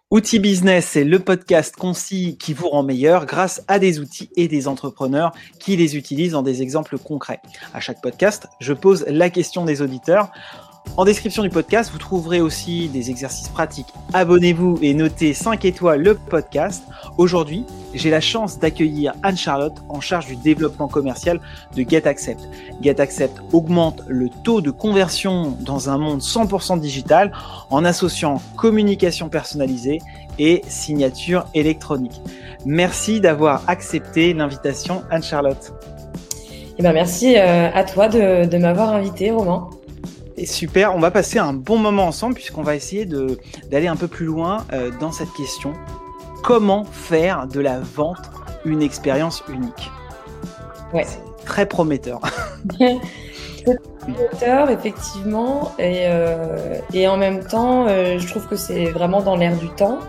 Outils Business, c'est le podcast concis qui vous rend meilleur grâce à des outils et des entrepreneurs qui les utilisent dans des exemples concrets. À chaque podcast, je pose la question des auditeurs. En description du podcast, vous trouverez aussi des exercices pratiques. Abonnez-vous et notez 5 étoiles le podcast. Aujourd'hui, j'ai la chance d'accueillir Anne-Charlotte en charge du développement commercial de GetAccept. GetAccept augmente le taux de conversion dans un monde 100% digital en associant communication personnalisée et signature électronique. Merci d'avoir accepté l'invitation, Anne-Charlotte. Merci à toi de m'avoir invité, Romain. Et super, on va passer un bon moment ensemble puisqu'on va essayer d'aller un peu plus loin dans cette question. Comment faire de la vente une expérience unique ? Ouais. C'est très prometteur. C'est prometteur, effectivement. Et en même temps, je trouve que c'est vraiment dans l'air du temps.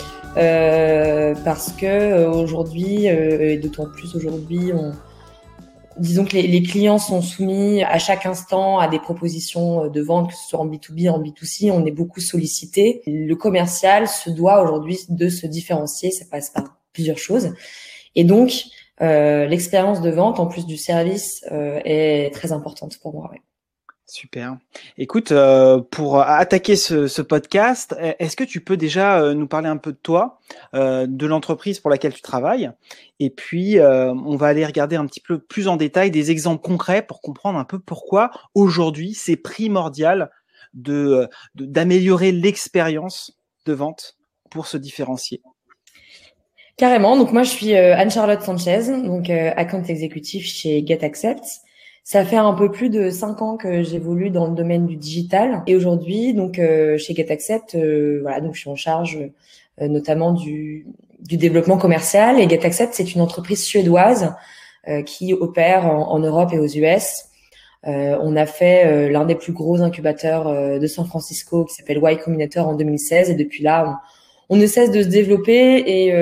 Parce que aujourd'hui, et d'autant plus aujourd'hui, disons que les clients sont soumis à chaque instant à des propositions de vente, que ce soit en B2B, en B2C, on est beaucoup sollicité. Le commercial se doit aujourd'hui de se différencier, ça passe par plusieurs choses. Et donc, l'expérience de vente, en plus du service, est très importante pour moi. Ouais. Super. Écoute, pour attaquer ce podcast, est-ce que tu peux déjà nous parler un peu de toi, de l'entreprise pour laquelle tu travailles, et puis on va aller regarder un petit peu plus en détail des exemples concrets pour comprendre un peu pourquoi aujourd'hui c'est primordial d'améliorer l'expérience de vente pour se différencier. Carrément. Donc moi je suis Anne-Charlotte Sanchez, donc account exécutif chez GetAccept. Ça fait un peu plus de 5 ans que j'évolue dans le domaine du digital. Et aujourd'hui, donc chez GetAccept, donc je suis en charge notamment du développement commercial. Et GetAccept, c'est une entreprise suédoise qui opère en Europe et aux US. On a fait l'un des plus gros incubateurs de San Francisco qui s'appelle Y Combinator en 2016. Et depuis là, on ne cesse de se développer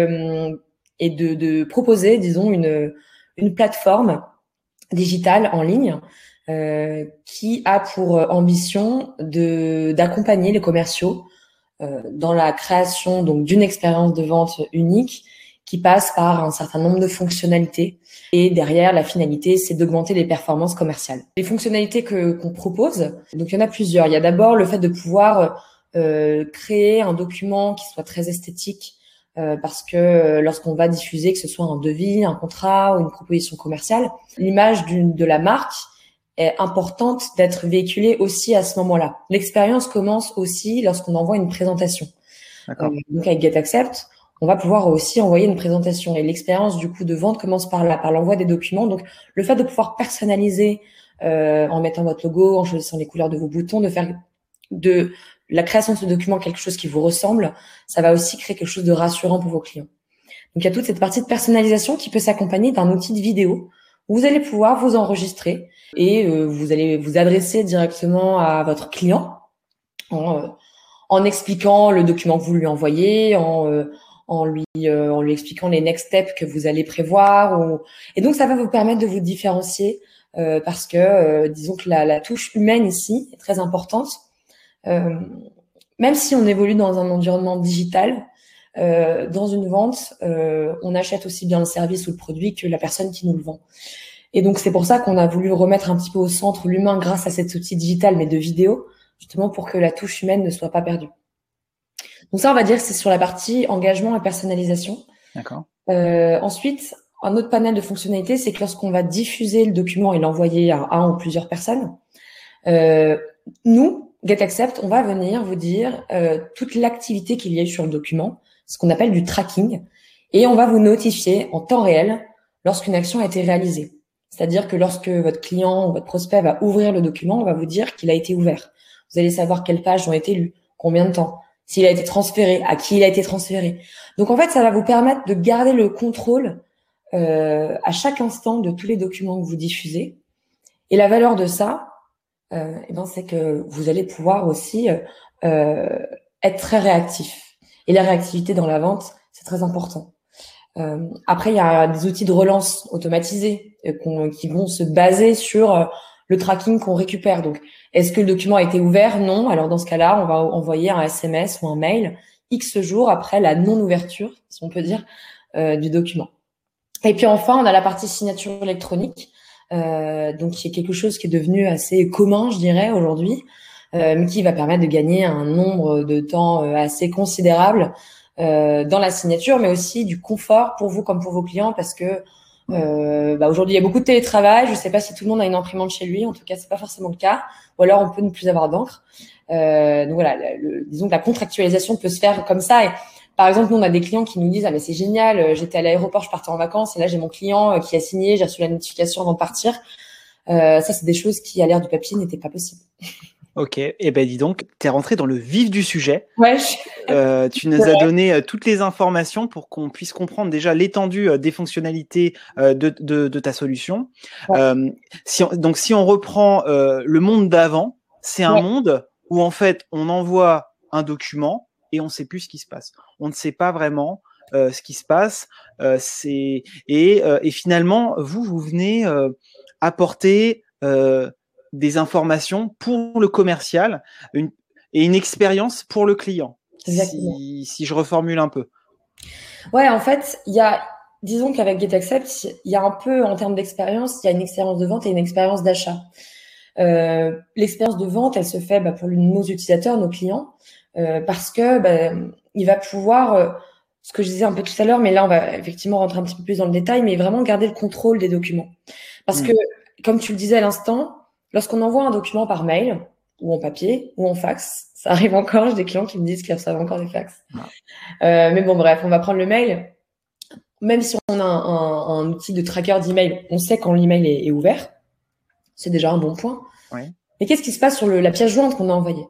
et de proposer, disons, une plateforme digitale en ligne qui a pour ambition d'accompagner les commerciaux dans la création donc d'une expérience de vente unique qui passe par un certain nombre de fonctionnalités et derrière la finalité c'est d'augmenter les performances commerciales. Les fonctionnalités qu'on propose, donc il y en a plusieurs. Il y a d'abord le fait de pouvoir créer un document qui soit très esthétique parce que lorsqu'on va diffuser, que ce soit un devis, un contrat ou une proposition commerciale, l'image de la marque est importante d'être véhiculée aussi à ce moment-là. L'expérience commence aussi lorsqu'on envoie une présentation. Donc avec GetAccept, on va pouvoir aussi envoyer une présentation et l'expérience du coup de vente commence par là, par l'envoi des documents. Donc le fait de pouvoir personnaliser en mettant votre logo, en choisissant les couleurs de vos boutons, de faire de la création de ce document quelque chose qui vous ressemble, ça va aussi créer quelque chose de rassurant pour vos clients. Donc, il y a toute cette partie de personnalisation qui peut s'accompagner d'un outil de vidéo où vous allez pouvoir vous enregistrer et vous allez vous adresser directement à votre client en expliquant le document que vous lui envoyez, en lui expliquant les next steps que vous allez prévoir. Et donc, ça va vous permettre de vous différencier parce que, disons que la touche humaine ici est très importante. Même si on évolue dans un environnement digital, dans une vente, on achète aussi bien le service ou le produit que la personne qui nous le vend. Et donc, c'est pour ça qu'on a voulu remettre un petit peu au centre l'humain grâce à cet outil digital, mais de vidéo, justement pour que la touche humaine ne soit pas perdue. Donc ça, on va dire que c'est sur la partie engagement et personnalisation. D'accord. Ensuite, un autre panel de fonctionnalités, c'est que lorsqu'on va diffuser le document et l'envoyer à un ou plusieurs personnes, nous, GetAccept, on va venir vous dire toute l'activité qu'il y a eu sur le document, ce qu'on appelle du tracking, et on va vous notifier en temps réel lorsqu'une action a été réalisée. C'est-à-dire que lorsque votre client ou votre prospect va ouvrir le document, on va vous dire qu'il a été ouvert. Vous allez savoir quelles pages ont été lues, combien de temps, s'il a été transféré, à qui il a été transféré. Donc en fait, ça va vous permettre de garder le contrôle à chaque instant de tous les documents que vous diffusez. Et la valeur de ça, c'est que vous allez pouvoir aussi être très réactif. Et la réactivité dans la vente, c'est très important. Après, il y a des outils de relance automatisés qui vont se baser sur le tracking qu'on récupère. Donc, est-ce que le document a été ouvert ? Non. Alors, dans ce cas-là, on va envoyer un SMS ou un mail X jours après la non-ouverture, si on peut dire, du document. Et puis enfin, on a la partie signature électronique, donc qui est quelque chose qui est devenu assez commun, je dirais, aujourd'hui, mais qui va permettre de gagner un nombre de temps assez considérable dans la signature, mais aussi du confort pour vous comme pour vos clients, parce que aujourd'hui, il y a beaucoup de télétravail. Je ne sais pas si tout le monde a une imprimante chez lui. En tout cas, c'est pas forcément le cas. Ou alors, on peut ne plus avoir d'encre. Donc voilà, disons que la contractualisation peut se faire comme ça. Et par exemple, nous, on a des clients qui nous disent, ah mais c'est génial, j'étais à l'aéroport, je partais en vacances, et là j'ai mon client qui a signé, j'ai reçu la notification avant de partir. Ça, c'est des choses qui, à l'ère du papier, n'étaient pas possibles. Ok, et ben dis donc, tu es rentré dans le vif du sujet. Ouais. Tu nous as donné toutes les informations pour qu'on puisse comprendre déjà l'étendue des fonctionnalités de ta solution. Ouais. Si on reprend le monde d'avant, c'est un monde où en fait on envoie un document et on ne sait plus ce qui se passe. On ne sait pas vraiment ce qui se passe. Et finalement, vous venez apporter des informations pour le commercial et une expérience pour le client. Si je reformule un peu. Ouais, en fait, disons qu'avec GetAccept, il y a un peu, en termes d'expérience, il y a une expérience de vente et une expérience d'achat. L'expérience de vente, elle se fait pour nos utilisateurs, nos clients, parce que il va pouvoir, ce que je disais un peu tout à l'heure, mais là on va effectivement rentrer un petit peu plus dans le détail, mais vraiment garder le contrôle des documents. Parce que, comme tu le disais à l'instant, lorsqu'on envoie un document par mail, ou en papier, ou en fax, ça arrive encore, j'ai des clients qui me disent qu'ils reçoivent encore des fax. Mais bon, bref, on va prendre le mail. Même si on a un outil de tracker d'email, on sait quand l'email est ouvert. C'est déjà un bon point. Ouais. Mais qu'est-ce qui se passe sur la pièce jointe qu'on a envoyée?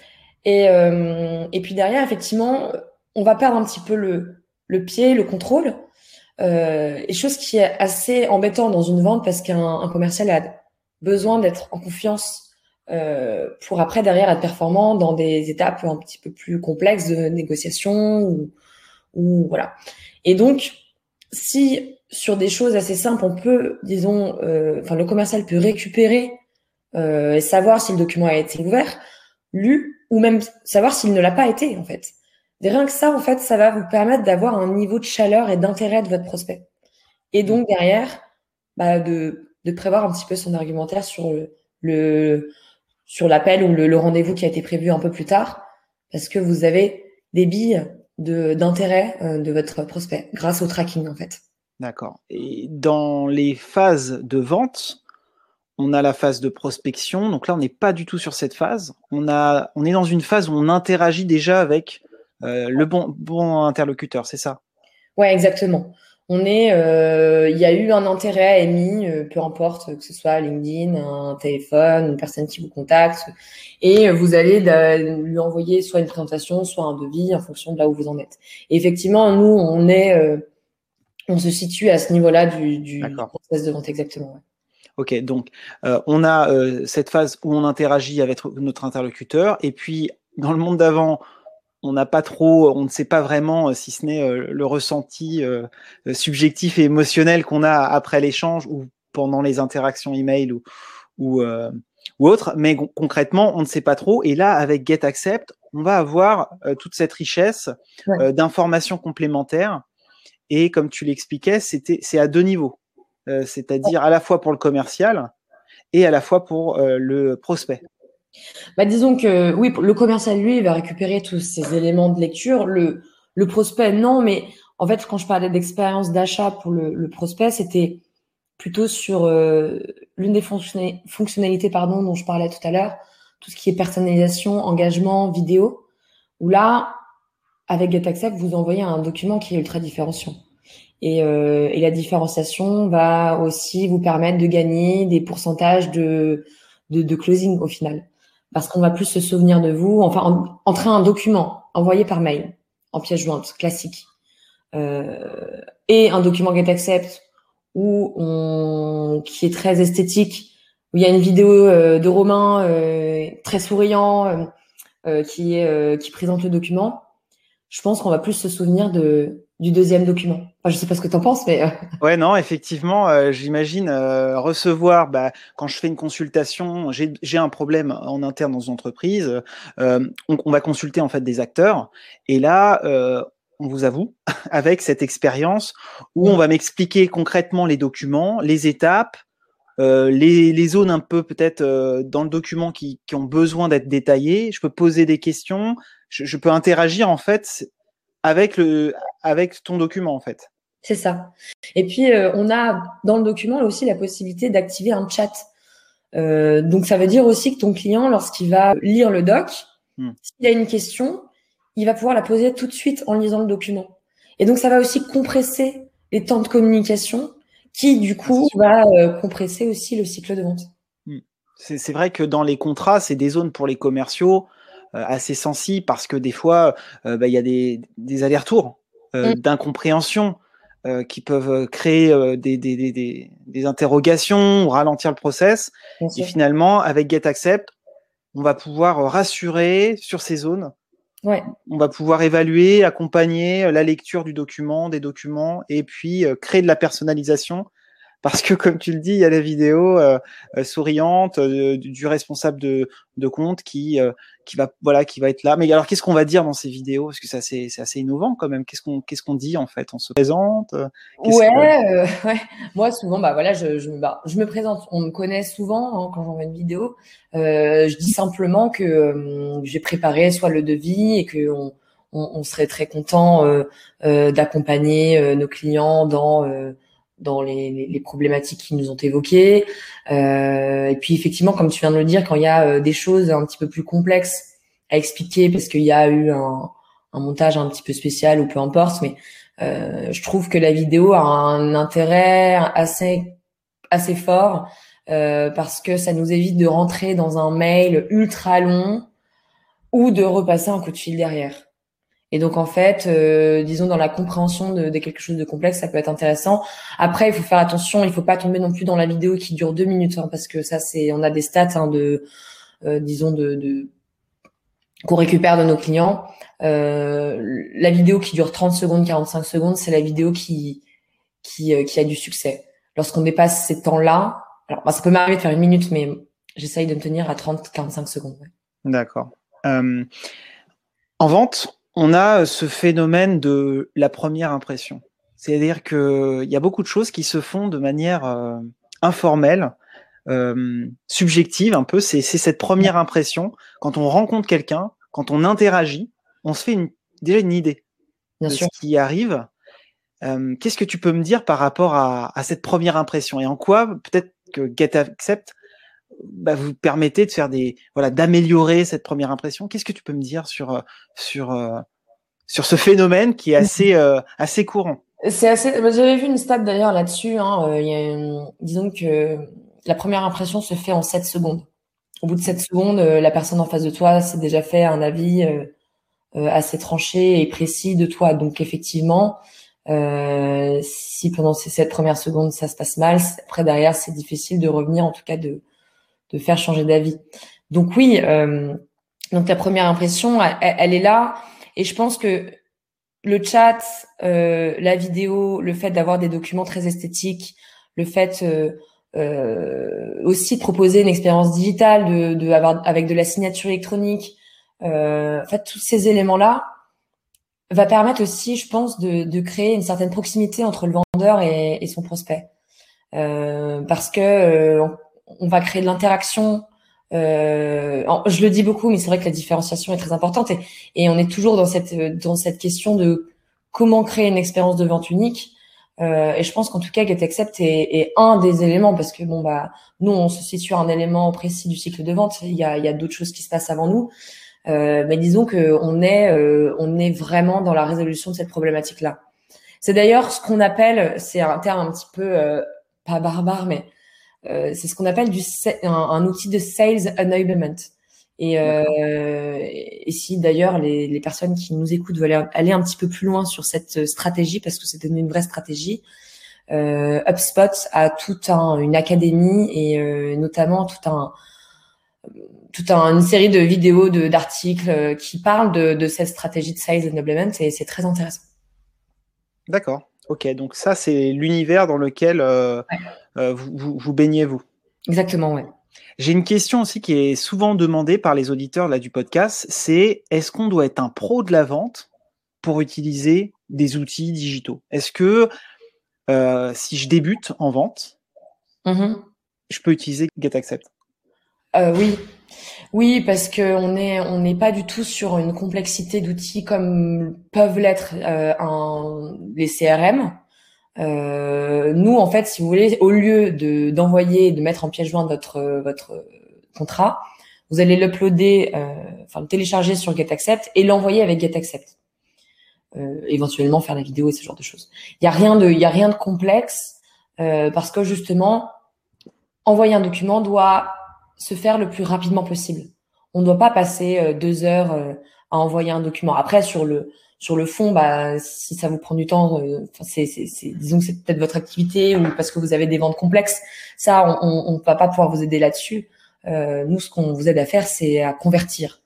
Et puis derrière, effectivement, on va perdre un petit peu le pied, le contrôle. Et chose qui est assez embêtant dans une vente parce qu'un commercial a besoin d'être en confiance pour après derrière être performant dans des étapes un petit peu plus complexes de négociation ou voilà. Et donc, si sur des choses assez simples, on peut, disons, le commercial peut récupérer et savoir si le document a été ouvert, lu, ou même savoir s'il ne l'a pas été, en fait. Et rien que ça, en fait, ça va vous permettre d'avoir un niveau de chaleur et d'intérêt de votre prospect. Et donc, derrière, de prévoir un petit peu son argumentaire sur sur l'appel ou le rendez-vous qui a été prévu un peu plus tard, parce que vous avez des billes d'intérêt de votre prospect grâce au tracking, en fait. D'accord. Et dans les phases de vente, on a la phase de prospection. Donc là, on n'est pas du tout sur cette phase. On est dans une phase où on interagit déjà avec le bon interlocuteur, c'est ça? Ouais, exactement. Il y a eu un intérêt émis, peu importe que ce soit LinkedIn, un téléphone, une personne qui vous contacte, et vous allez lui envoyer soit une présentation, soit un devis en fonction de là où vous en êtes. Et effectivement, nous, on se situe à ce niveau-là du process de vente exactement. Ouais. Ok, donc on a cette phase où on interagit avec notre interlocuteur, et puis dans le monde d'avant, on ne sait pas vraiment si ce n'est le ressenti subjectif et émotionnel qu'on a après l'échange ou pendant les interactions email ou autre, mais concrètement, on ne sait pas trop. Et là, avec GetAccept, on va avoir toute cette richesse d'informations complémentaires. Et comme tu l'expliquais, c'est à deux niveaux. C'est-à-dire à la fois pour le commercial et à la fois pour le prospect. Disons que oui, le commercial, lui, il va récupérer tous ces éléments de lecture. Le prospect, non, mais en fait, quand je parlais d'expérience d'achat pour le prospect, c'était plutôt sur l'une des fonctionnalités dont je parlais tout à l'heure, tout ce qui est personnalisation, engagement, vidéo, où là, avec GetAccept, vous envoyez un document qui est ultra différenciant. Et la différenciation va aussi vous permettre de gagner des pourcentages de closing au final. Parce qu'on va plus se souvenir de vous. Enfin, entrer un document envoyé par mail en pièce jointe classique et un document GetAccept qui est très esthétique, où il y a une vidéo de Romain très souriant qui présente le document. je pense qu'on va plus se souvenir du deuxième document. Enfin, je sais pas ce que tu en penses, mais Ouais, non, effectivement, j'imagine recevoir, quand je fais une consultation, j'ai un problème en interne dans une entreprise, on va consulter en fait des acteurs, et là, on vous avoue, avec cette expérience où on va m'expliquer concrètement les documents, les étapes, les zones un peu peut-être dans le document qui ont besoin d'être détaillées. Je peux poser des questions, je peux interagir en fait avec ton document en fait. c'est ça. Et puis, on a dans le document aussi la possibilité d'activer un chat. Donc, ça veut dire aussi que ton client, lorsqu'il va lire le doc, s'il a une question, il va pouvoir la poser tout de suite en lisant le document. Et donc, ça va aussi compresser les temps de communication qui, du coup, va compresser aussi le cycle de vente. C'est vrai que dans les contrats, c'est des zones pour les commerciaux assez sensibles parce que des fois, il y a des allers-retours d'incompréhension qui peuvent créer des interrogations ou ralentir le process. Et finalement, avec GetAccept, on va pouvoir rassurer sur ces zones. Ouais. On va pouvoir évaluer, accompagner la lecture du document, des documents, et puis créer de la personnalisation. Parce que, comme tu le dis, il y a la vidéo souriante du responsable de compte qui va être là. Mais alors, qu'est-ce qu'on va dire dans ces vidéos? Parce que c'est assez innovant quand même. Qu'est-ce qu'on dit en fait? On se présente? Ouais. Moi, souvent, je me présente. On me connaît souvent quand j'envoie une vidéo. Je dis simplement que j'ai préparé soit le devis et que on serait très content d'accompagner nos clients dans les problématiques qui nous ont évoquées. Et puis effectivement, comme tu viens de le dire, quand il y a des choses un petit peu plus complexes à expliquer parce qu'il y a eu un montage un petit peu spécial ou peu importe, mais je trouve que la vidéo a un intérêt assez fort parce que ça nous évite de rentrer dans un mail ultra long ou de repasser un coup de fil derrière. Et donc en fait, disons dans la compréhension de quelque chose de complexe, ça peut être intéressant. Après, il faut faire attention, il faut pas tomber non plus dans la vidéo qui dure 2 minutes, parce que ça on a des stats disons qu'on récupère de nos clients. La vidéo qui dure 30 secondes, 45 secondes, c'est la vidéo qui a du succès. Lorsqu'on dépasse ces temps-là, alors ça peut m'arriver de faire 1 minute, mais j'essaye de me tenir à 30, 45 secondes. Ouais. D'accord. En vente, on a ce phénomène de la première impression. C'est-à-dire qu'il y a beaucoup de choses qui se font de manière informelle, subjective un peu. C'est cette première impression. Quand on rencontre quelqu'un, quand on interagit, on se fait déjà une idée de ce qui arrive. Qu'est-ce que tu peux me dire par rapport à cette première impression et en quoi peut-être que GetAccept vous permettez de faire d'améliorer cette première impression? Qu'est-ce que tu peux me dire sur ce phénomène qui est assez courant? J'avais vu une stat d'ailleurs là-dessus. Disons que la première impression se fait en 7 secondes. Au bout de 7 secondes, la personne en face de toi s'est déjà fait un avis assez tranché et précis de toi. Donc effectivement, si pendant ces 7 premières secondes ça se passe mal, après derrière c'est difficile de revenir, en tout cas de faire changer d'avis. Donc oui, donc la première impression, elle est là, et je pense que le chat, la vidéo, le fait d'avoir des documents très esthétiques, le fait aussi de proposer une expérience digitale, avec de la signature électronique, en fait tous ces éléments-là va permettre aussi, je pense, de créer une certaine proximité entre le vendeur et son prospect, parce que on va créer de l'interaction. Je le dis beaucoup, mais c'est vrai que la différenciation est très importante, et on est toujours dans cette question de comment créer une expérience de vente unique. Et je pense qu'en tout cas, GetAccept est un des éléments, parce que nous on se situe à un élément précis du cycle de vente. Il y a d'autres choses qui se passent avant nous, mais disons que on est vraiment dans la résolution de cette problématique-là. C'est d'ailleurs ce qu'on appelle, c'est un terme un petit peu pas barbare, mais c'est ce qu'on appelle un outil de sales enablement. Et si d'ailleurs les personnes qui nous écoutent veulent aller un petit peu plus loin sur cette stratégie, parce que c'est une vraie stratégie, HubSpot a une académie et notamment une série de vidéos, d'articles qui parlent de cette stratégie de sales enablement et c'est très intéressant. D'accord. Ok, donc ça, c'est l'univers dans lequel vous baignez, vous. Exactement, ouais. J'ai une question aussi qui est souvent demandée par les auditeurs là, du podcast, c'est est-ce qu'on doit être un pro de la vente pour utiliser des outils digitaux? Est-ce que si je débute en vente, je peux utiliser GetAccept? Oui. Oui, parce que on n'est pas du tout sur une complexité d'outils comme peuvent l'être les CRM. Nous, en fait, si vous voulez, au lieu d'envoyer, de mettre en pièce jointe votre contrat, vous allez l'uploader, le télécharger sur GetAccept et l'envoyer avec GetAccept. Éventuellement faire la vidéo et ce genre de choses. Il y a rien de complexe parce que justement, envoyer un document doit se faire le plus rapidement possible. On ne doit pas passer 2 heures à envoyer un document. Après, sur le fond, si ça vous prend du temps, disons que c'est peut-être votre activité ou parce que vous avez des ventes complexes, ça, on ne va pas pouvoir vous aider là-dessus. Nous, ce qu'on vous aide à faire, c'est à convertir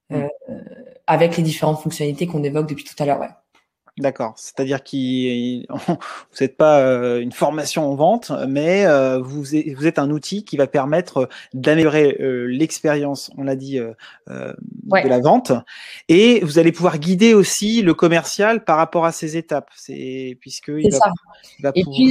avec les différentes fonctionnalités qu'on évoque depuis tout à l'heure. Ouais. D'accord. C'est-à-dire que vous n'êtes pas une formation en vente, mais vous êtes un outil qui va permettre d'améliorer l'expérience, on l'a dit, de la vente. Et vous allez pouvoir guider aussi le commercial par rapport à ces étapes. Il va et pouvoir... puis,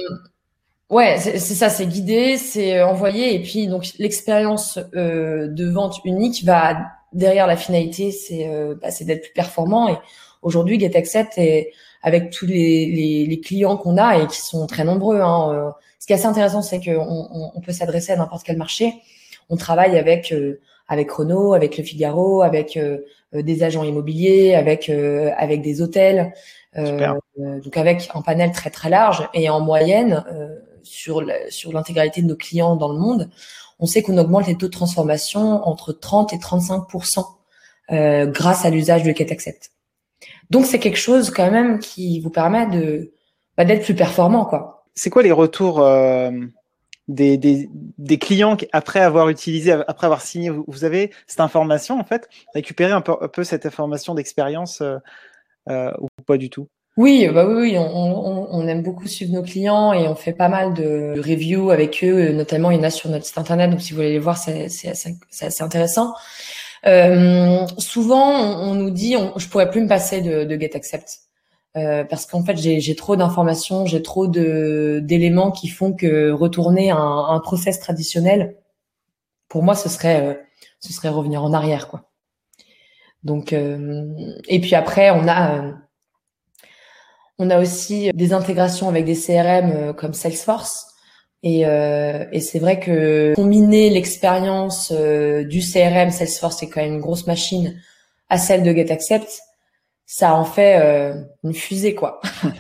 c'est ça, c'est guider, c'est envoyer. Et puis, donc, l'expérience de vente unique va derrière la finalité, c'est d'être plus performant. Et aujourd'hui, GetAccept avec tous les clients qu'on a et qui sont très nombreux. Ce qui est assez intéressant, c'est qu'on peut s'adresser à n'importe quel marché. On travaille avec Renault, avec Le Figaro, avec des agents immobiliers, avec des hôtels, donc avec un panel très très large. Et en moyenne, sur l'intégralité de nos clients dans le monde, on sait qu'on augmente les taux de transformation entre 30 et 35% grâce à l'usage de GetAccept. Donc, c'est quelque chose quand même qui vous permet d'être plus performant, quoi. C'est quoi les retours des clients après avoir utilisé, après avoir signé? Vous avez cette information, en fait, récupérer un peu cette information d'expérience ou pas du tout? Oui, oui, on aime beaucoup suivre nos clients et on fait pas mal de reviews avec eux, notamment il y en a sur notre site internet, donc si vous voulez les voir, c'est assez intéressant. Souvent, on nous dit, je pourrais plus me passer de GetAccept parce qu'en fait, j'ai trop d'informations, j'ai trop d'éléments qui font que retourner un process traditionnel, pour moi, ce serait revenir en arrière, quoi. Donc, et puis après, on a aussi des intégrations avec des CRM comme Salesforce. Et c'est vrai que combiner l'expérience du CRM Salesforce, c'est quand même une grosse machine, à celle de GetAccept, ça en fait une fusée, quoi.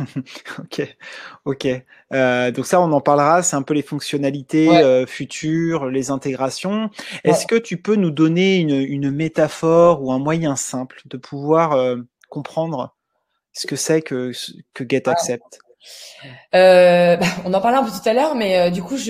Ok. Donc ça, on en parlera. C'est un peu les fonctionnalités futures, les intégrations. Est-ce que tu peux nous donner une métaphore ou un moyen simple de pouvoir comprendre ce que c'est que GetAccept? On en parlait un peu tout à l'heure, mais du coup,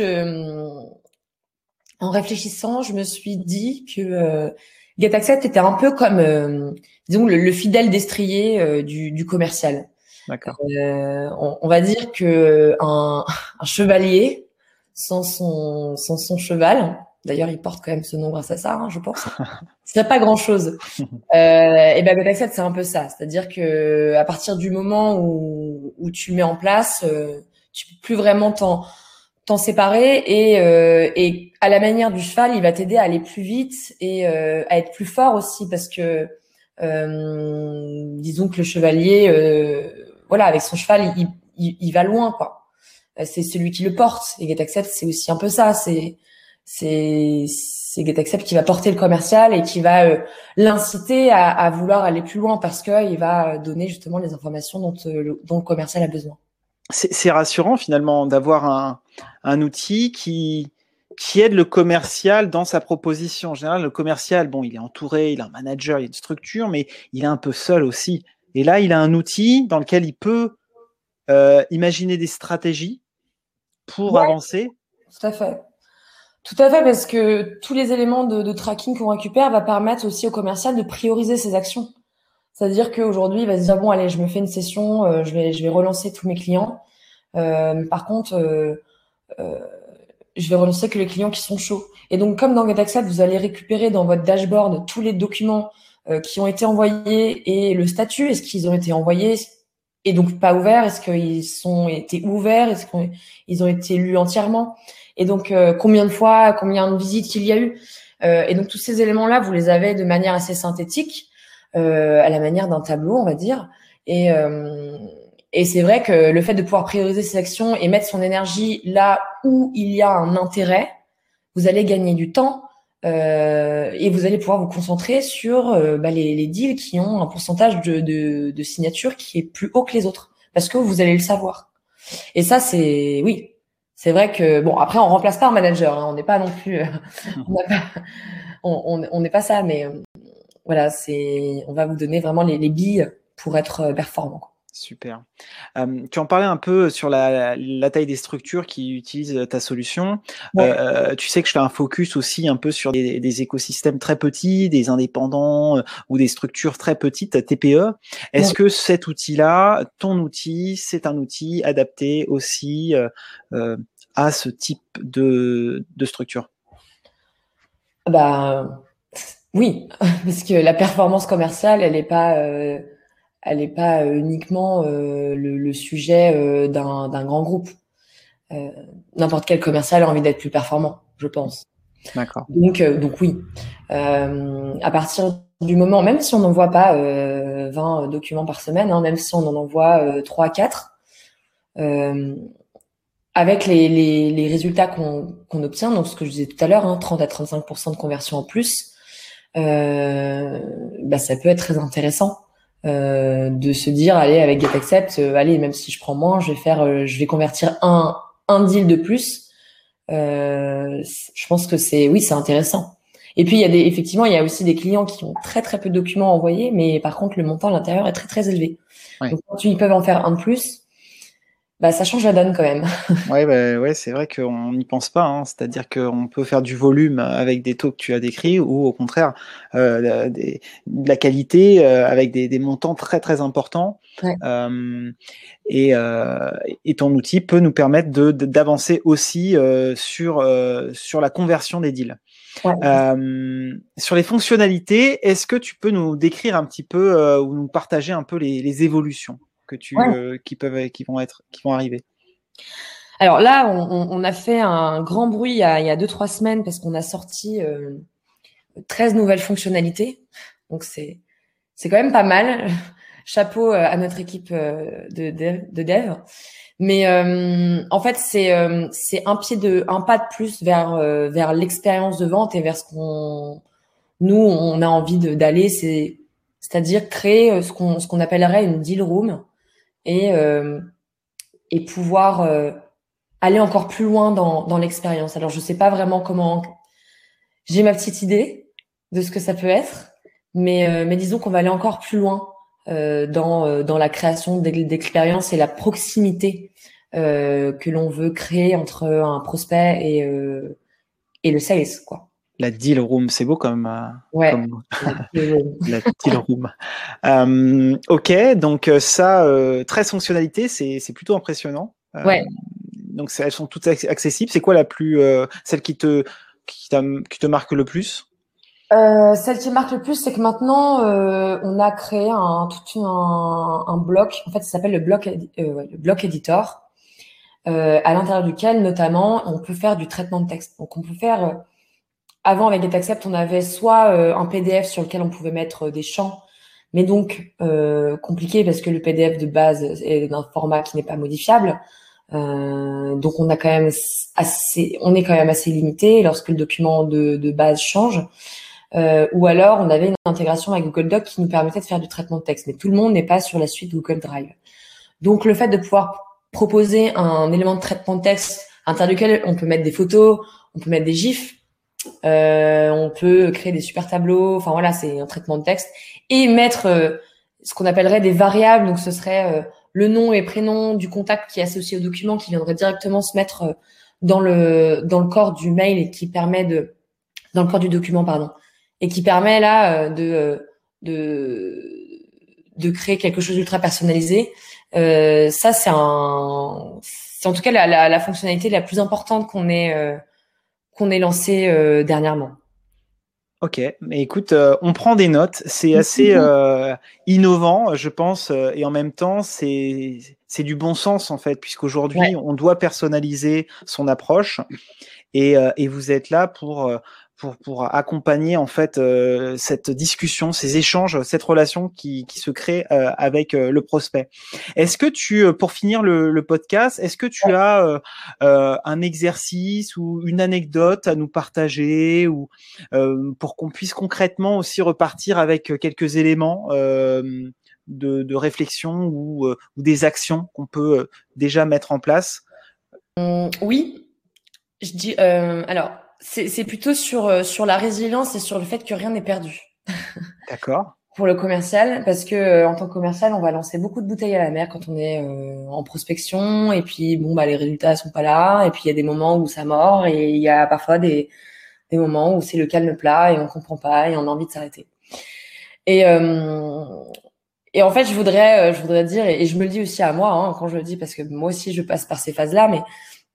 en réfléchissant, je me suis dit que GetAccept était un peu comme, disons, le fidèle destrier du commercial. D'accord. On va dire que un chevalier sans son cheval, d'ailleurs, il porte quand même ce nom grâce à ça, je pense. C'est pas grand chose. Et ben GetAccept, c'est un peu ça. C'est-à-dire que à partir du moment où tu mets en place, tu peux plus vraiment t'en séparer et à la manière du cheval, il va t'aider à aller plus vite et à être plus fort aussi parce que disons que le chevalier, avec son cheval, il va loin, quoi. C'est celui qui le porte. Et GetAccept, c'est aussi un peu ça. C'est GetAccept qui va porter le commercial et qui va l'inciter à vouloir aller plus loin parce que il va donner justement les informations dont le commercial a besoin. C'est rassurant finalement d'avoir un outil qui aide le commercial dans sa proposition. En général, le commercial, bon, il est entouré, il a un manager, il y a une structure, mais il est un peu seul aussi. Et là, il a un outil dans lequel il peut imaginer des stratégies pour avancer. Tout à fait. Tout à fait, parce que tous les éléments de tracking qu'on récupère va permettre aussi au commercial de prioriser ses actions. C'est-à-dire qu'aujourd'hui, il va se dire, bon, allez, je me fais une session, je vais relancer tous mes clients. Par contre, euh, je vais relancer que les clients qui sont chauds. Et donc, comme dans GetAccept, vous allez récupérer dans votre dashboard tous les documents qui ont été envoyés et le statut, est-ce qu'ils ont été envoyés et donc pas ouverts, est-ce qu'ils ont été ouverts, est-ce qu'ils ont été lus entièrement, et donc combien de fois, combien de visites il y a eu. Et donc tous ces éléments-là, vous les avez de manière assez synthétique, à la manière d'un tableau, on va dire. Et c'est vrai que le fait de pouvoir prioriser ses actions et mettre son énergie là où il y a un intérêt, vous allez gagner du temps et vous allez pouvoir vous concentrer sur les deals qui ont un pourcentage de signature qui est plus haut que les autres, parce que vous allez le savoir. Et ça, c'est vrai que bon, après on remplace pas un manager, hein, on n'est pas non plus, on n'est pas ça, mais voilà, on va vous donner vraiment les billes pour être performant, quoi. Super. Tu en parlais un peu sur la taille des structures qui utilisent ta solution. Ouais. Tu sais que je fais un focus aussi un peu sur des écosystèmes très petits, des indépendants ou des structures très petites, TPE. Est-ce que cet outil-là, ton outil, c'est un outil adapté aussi à ce type de structure? Bah oui, parce que la performance commerciale, elle est pas uniquement le sujet d'un grand groupe. N'importe quel commercial a envie d'être plus performant, je pense. D'accord. Donc oui. À partir du moment, même si on n'envoie pas 20 documents par semaine, hein, même si on en envoie 3 à 4, avec les résultats qu'on obtient, donc ce que je disais tout à l'heure, hein, 30 à 35% de conversion en plus, ça peut être très intéressant de se dire, allez, avec GetAccept, allez, même si je prends moins, je vais convertir un deal de plus. Je pense que c'est intéressant. Et puis effectivement, il y a aussi des clients qui ont très très peu de documents envoyés, mais par contre le montant à l'intérieur est très très élevé. Ouais. Donc quand ils peuvent en faire un de plus, ça change la donne quand même. Ouais, c'est vrai qu'on n'y pense pas, hein. C'est-à-dire qu'on peut faire du volume avec des taux que tu as décrits, ou au contraire de la qualité avec des montants très très importants. Ouais. Et ton outil peut nous permettre d'avancer aussi sur la conversion des deals. Ouais. Sur les fonctionnalités, est-ce que tu peux nous décrire un petit peu ou nous partager un peu les évolutions qui vont arriver? Alors là, on a fait un grand bruit il y a 2-3 semaines parce qu'on a sorti 13 nouvelles fonctionnalités. Donc c'est quand même pas mal. Chapeau à notre équipe de dev. Mais en fait, c'est un pas de plus vers l'expérience de vente et vers ce on a envie d'aller, c'est-à-dire créer ce qu'on appellerait une deal room et pouvoir aller encore plus loin dans l'expérience. Alors, je sais pas vraiment comment. J'ai ma petite idée de ce que ça peut être, mais disons qu'on va aller encore plus loin dans la création d'expériences et la proximité que l'on veut créer entre un prospect et le sales, quoi. La deal room, c'est beau comme Ouais. La deal room. Ok, donc ça, 13 fonctionnalités, c'est plutôt impressionnant. Ouais. Donc elles sont toutes accessibles. C'est quoi celle qui te marque le plus? Celle qui marque le plus, c'est que maintenant, on a créé un bloc. En fait, ça s'appelle le bloc editor, à l'intérieur duquel, notamment, on peut faire du traitement de texte. Donc, on peut faire. Avant, avec GetAccept, on avait soit un PDF sur lequel on pouvait mettre des champs, mais donc compliqué parce que le PDF de base est d'un format qui n'est pas modifiable. Donc on est quand même assez limité lorsque le document de base change. Ou alors on avait une intégration avec Google Docs qui nous permettait de faire du traitement de texte, mais tout le monde n'est pas sur la suite Google Drive. Donc le fait de pouvoir proposer un élément de traitement de texte à l'intérieur duquel on peut mettre des photos, on peut mettre des gifs, on peut créer des super tableaux, enfin voilà, c'est un traitement de texte, et mettre ce qu'on appellerait des variables, donc ce serait le nom et prénom du contact qui est associé au document, qui viendrait directement se mettre dans le corps du mail et qui permet dans le corps du document, pardon, et qui permet là de créer quelque chose d'ultra personnalisé. Ça, c'est en tout cas la fonctionnalité la plus importante qu'on ait lancée dernièrement. Ok, mais écoute, on prend des notes. C'est assez innovant, je pense, et en même temps, c'est du bon sens en fait, puisqu'aujourd'hui, on doit personnaliser son approche, et vous êtes là pour accompagner en fait cette discussion, ces échanges, cette relation qui se crée avec le prospect. Est-ce que pour finir le podcast, est-ce que tu as un exercice ou une anecdote à nous partager, ou pour qu'on puisse concrètement aussi repartir avec quelques éléments de réflexion ou des actions qu'on peut déjà mettre en place? Oui, je dis alors. C'est plutôt sur la résilience et sur le fait que rien n'est perdu. D'accord. Pour le commercial, parce que en tant que commercial, on va lancer beaucoup de bouteilles à la mer quand on est en prospection, et puis les résultats sont pas là, et puis il y a des moments où ça mord, et il y a parfois des moments où c'est le calme plat et on comprend pas et on a envie de s'arrêter. Et en fait, je voudrais dire, et je me le dis aussi à moi quand je le dis, parce que moi aussi je passe par ces phases-là, mais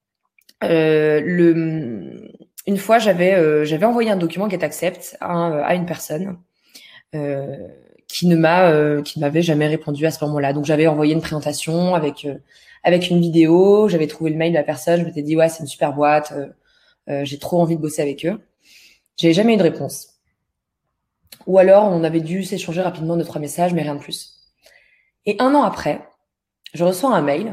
une fois, j'avais envoyé un document GetAccept à une personne qui m'avait jamais répondu à ce moment-là. Donc j'avais envoyé une présentation avec une vidéo, j'avais trouvé le mail de la personne, je m'étais dit ouais, c'est une super boîte, j'ai trop envie de bosser avec eux. J'avais jamais eu de réponse. Ou alors on avait dû s'échanger rapidement 2-3 messages, mais rien de plus. Et 1 an après, je reçois un mail.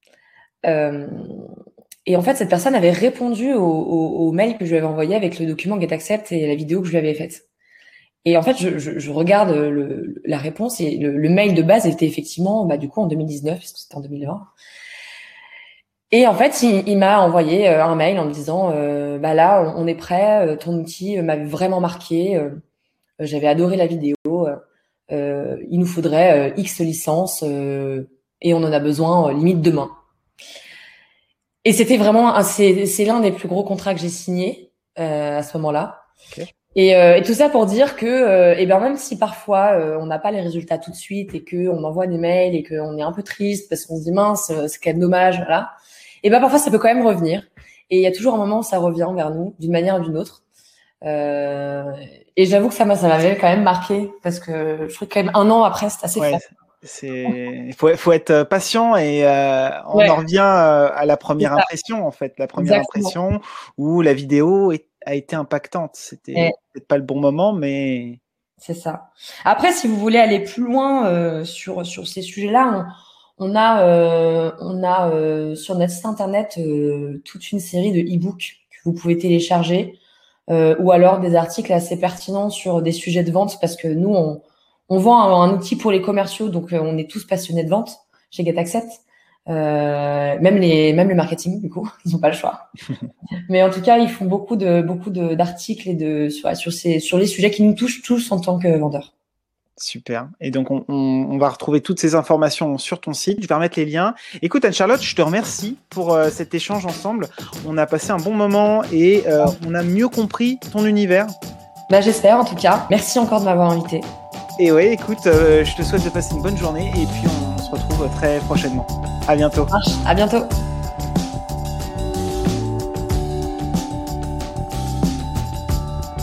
Et en fait, cette personne avait répondu au mail que je lui avais envoyé avec le document GetAccept et la vidéo que je lui avais faite. Et en fait, je regarde la réponse, et le mail de base était effectivement, du coup, en 2019, parce que c'était en 2020. Et en fait, il m'a envoyé un mail en me disant, là, on est prêt, ton outil m'avait vraiment marqué, j'avais adoré la vidéo, il nous faudrait X licences et on en a besoin limite demain. Et c'était vraiment c'est l'un des plus gros contrats que j'ai signé à ce moment-là. Okay. Et tout ça pour dire que même si parfois on n'a pas les résultats tout de suite et que on envoie des mails et qu'on est un peu triste parce qu'on se dit mince, c'est quand même dommage, voilà. Et parfois ça peut quand même revenir. Et il y a toujours un moment où ça revient vers nous d'une manière ou d'une autre. Et j'avoue que ça m'avait quand même marqué, parce que je trouve que quand même 1 an après, c'est assez fort. Il faut être patient, et on en revient à la première impression en fait, la première impression où la vidéo a été impactante. C'était peut-être pas le bon moment, mais c'est ça. Après, si vous voulez aller plus loin sur ces sujets-là, on a sur notre site internet toute une série de e-books que vous pouvez télécharger, ou alors des articles assez pertinents sur des sujets de vente, parce que nous on vend un outil pour les commerciaux, donc on est tous passionnés de vente chez GetAccept, même le marketing, du coup, ils n'ont pas le choix. Mais en tout cas, ils font beaucoup d'articles et sur les sujets qui nous touchent tous en tant que vendeurs. Super. Et donc, on va retrouver toutes ces informations sur ton site. Je vais remettre les liens. Écoute, Anne-Charlotte, je te remercie pour cet échange ensemble. On a passé un bon moment et on a mieux compris ton univers. J'espère, en tout cas. Merci encore de m'avoir invité. Et ouais, écoute, je te souhaite de passer une bonne journée, et puis on se retrouve très prochainement. À bientôt. À bientôt.